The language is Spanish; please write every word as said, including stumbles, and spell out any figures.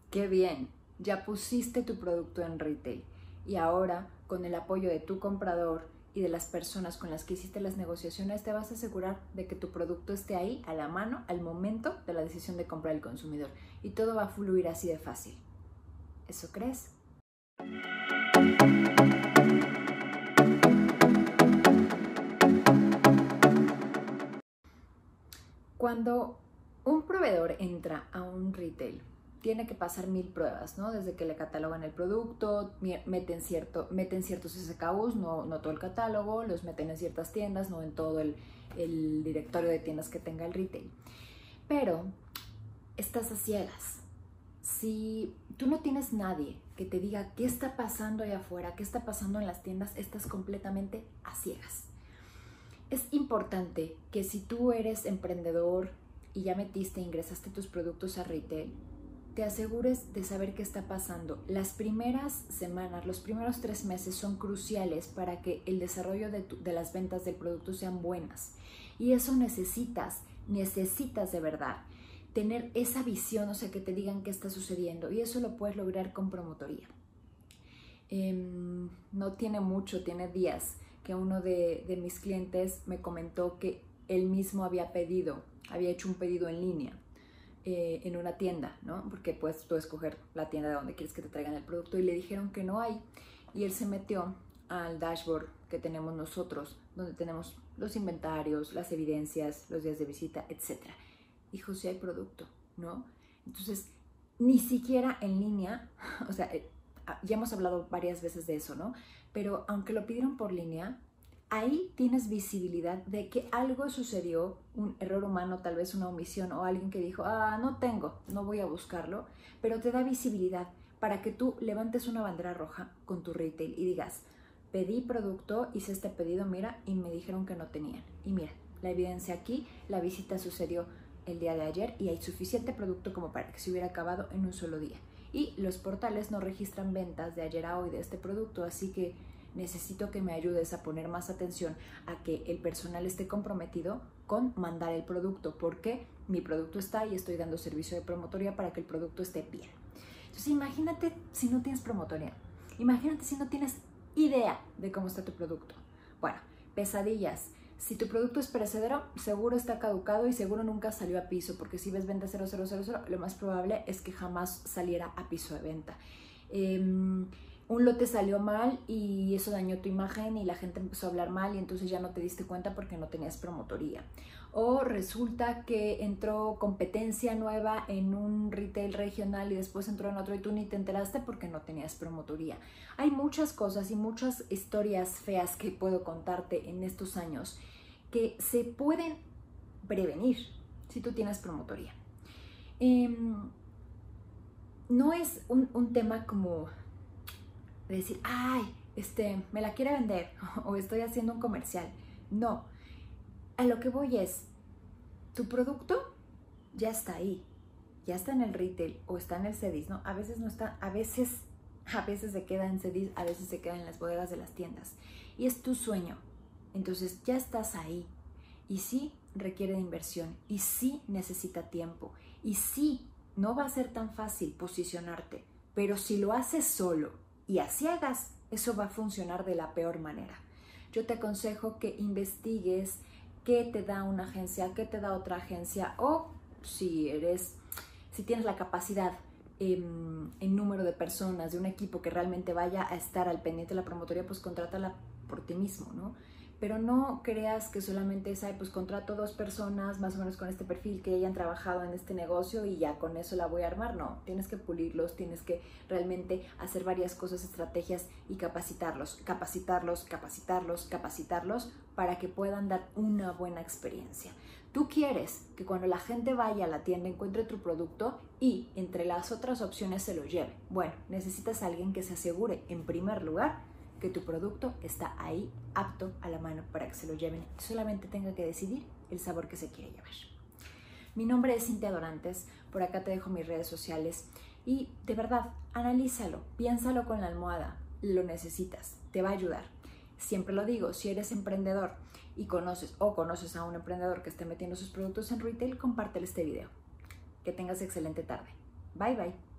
Qué bien, ya pusiste tu producto en retail y ahora con el apoyo de tu comprador y de las personas con las que hiciste las negociaciones te vas a asegurar de que tu producto esté ahí a la mano al momento de la decisión de compra del consumidor y todo va a fluir así de fácil. ¿Eso crees? Cuando un proveedor entra a un retail, tiene que pasar mil pruebas, ¿no? Desde que le catalogan el producto, meten, cierto, meten ciertos S K Us, no, no todo el catálogo, los meten en ciertas tiendas, no en todo el, el directorio de tiendas que tenga el retail. Pero estás a ciegas. Si tú no tienes nadie que te diga qué está pasando allá afuera, qué está pasando en las tiendas, estás completamente a ciegas. Es importante que si tú eres emprendedor y ya metiste, ingresaste tus productos a retail, te asegures de saber qué está pasando. Las primeras semanas, los primeros tres meses son cruciales para que el desarrollo de, tu, de las ventas del producto sean buenas. Y eso necesitas, necesitas de verdad tener esa visión, o sea, que te digan qué está sucediendo. Y eso lo puedes lograr con promotoría. Eh, no tiene mucho, tiene días que uno de, de mis clientes me comentó que él mismo había pedido, había hecho un pedido en línea eh, en una tienda, ¿no? Porque puedes tú escoger la tienda de donde quieres que te traigan el producto y le dijeron que no hay. Y él se metió al dashboard que tenemos nosotros, donde tenemos los inventarios, las evidencias, los días de visita, etcétera. Dijo, sí hay producto, ¿no? Entonces, ni siquiera en línea, o sea, ya hemos hablado varias veces de eso, ¿no? Pero aunque lo pidieron por línea, ahí tienes visibilidad de que algo sucedió, un error humano, tal vez una omisión o alguien que dijo, ah, no tengo, no voy a buscarlo, pero te da visibilidad para que tú levantes una bandera roja con tu retail y digas, pedí producto, hice este pedido, mira, y me dijeron que no tenían. Y mira, la evidencia aquí, la visita sucedió el día de ayer y hay suficiente producto como para que se hubiera acabado en un solo día. Y los portales no registran ventas de ayer a hoy de este producto, así que necesito que me ayudes a poner más atención a que el personal esté comprometido con mandar el producto, porque mi producto está y estoy dando servicio de promotoría para que el producto esté bien. Entonces imagínate si no tienes promotoría, imagínate si no tienes idea de cómo está tu producto. Bueno, pesadillas. Si tu producto es perecedero, seguro está caducado y seguro nunca salió a piso, porque si ves venta cero cero cero cero, lo más probable es que jamás saliera a piso de venta. Eh, un lote salió mal y eso dañó tu imagen y la gente empezó a hablar mal y entonces ya no te diste cuenta porque no tenías promotoría. O resulta que entró competencia nueva en un retail regional y después entró en otro y tú ni te enteraste porque no tenías promotoría. Hay muchas cosas y muchas historias feas que puedo contarte en estos años que se pueden prevenir si tú tienes promotoría. Eh, no es un, un tema como de decir, ay, este, me la quiere vender o estoy haciendo un comercial. No, a lo que voy es, tu producto ya está ahí, ya está en el retail o está en el Cedis, ¿no? A veces no está, a veces, a veces se queda en Cedis, a veces se queda en las bodegas de las tiendas. Y es tu sueño, entonces ya estás ahí. Y sí requiere de inversión, y sí necesita tiempo, y sí no va a ser tan fácil posicionarte, pero si lo haces solo y a ciegas, eso va a funcionar de la peor manera. Yo te aconsejo que investigues qué te da una agencia, qué te da otra agencia, o si eres, si tienes la capacidad en, en número de personas, de un equipo que realmente vaya a estar al pendiente de la promotoría, pues contrátala por ti mismo, ¿no? Pero no creas que solamente es, ay, pues contrato dos personas más o menos con este perfil que hayan trabajado en este negocio y ya con eso la voy a armar. No, tienes que pulirlos, tienes que realmente hacer varias cosas, estrategias y capacitarlos, capacitarlos, capacitarlos, capacitarlos para que puedan dar una buena experiencia. Tú quieres que cuando la gente vaya a la tienda encuentre tu producto y entre las otras opciones se lo lleve. Bueno, necesitas a alguien que se asegure, en primer lugar, que tu producto está ahí apto a la mano para que se lo lleven y solamente tenga que decidir el sabor que se quiere llevar. Mi nombre es Cintia Dorantes, por acá te dejo mis redes sociales y de verdad, analízalo, piénsalo con la almohada, lo necesitas, te va a ayudar. Siempre lo digo, si eres emprendedor y conoces o conoces a un emprendedor que esté metiendo sus productos en retail, compártele este video. Que tengas excelente tarde. Bye bye.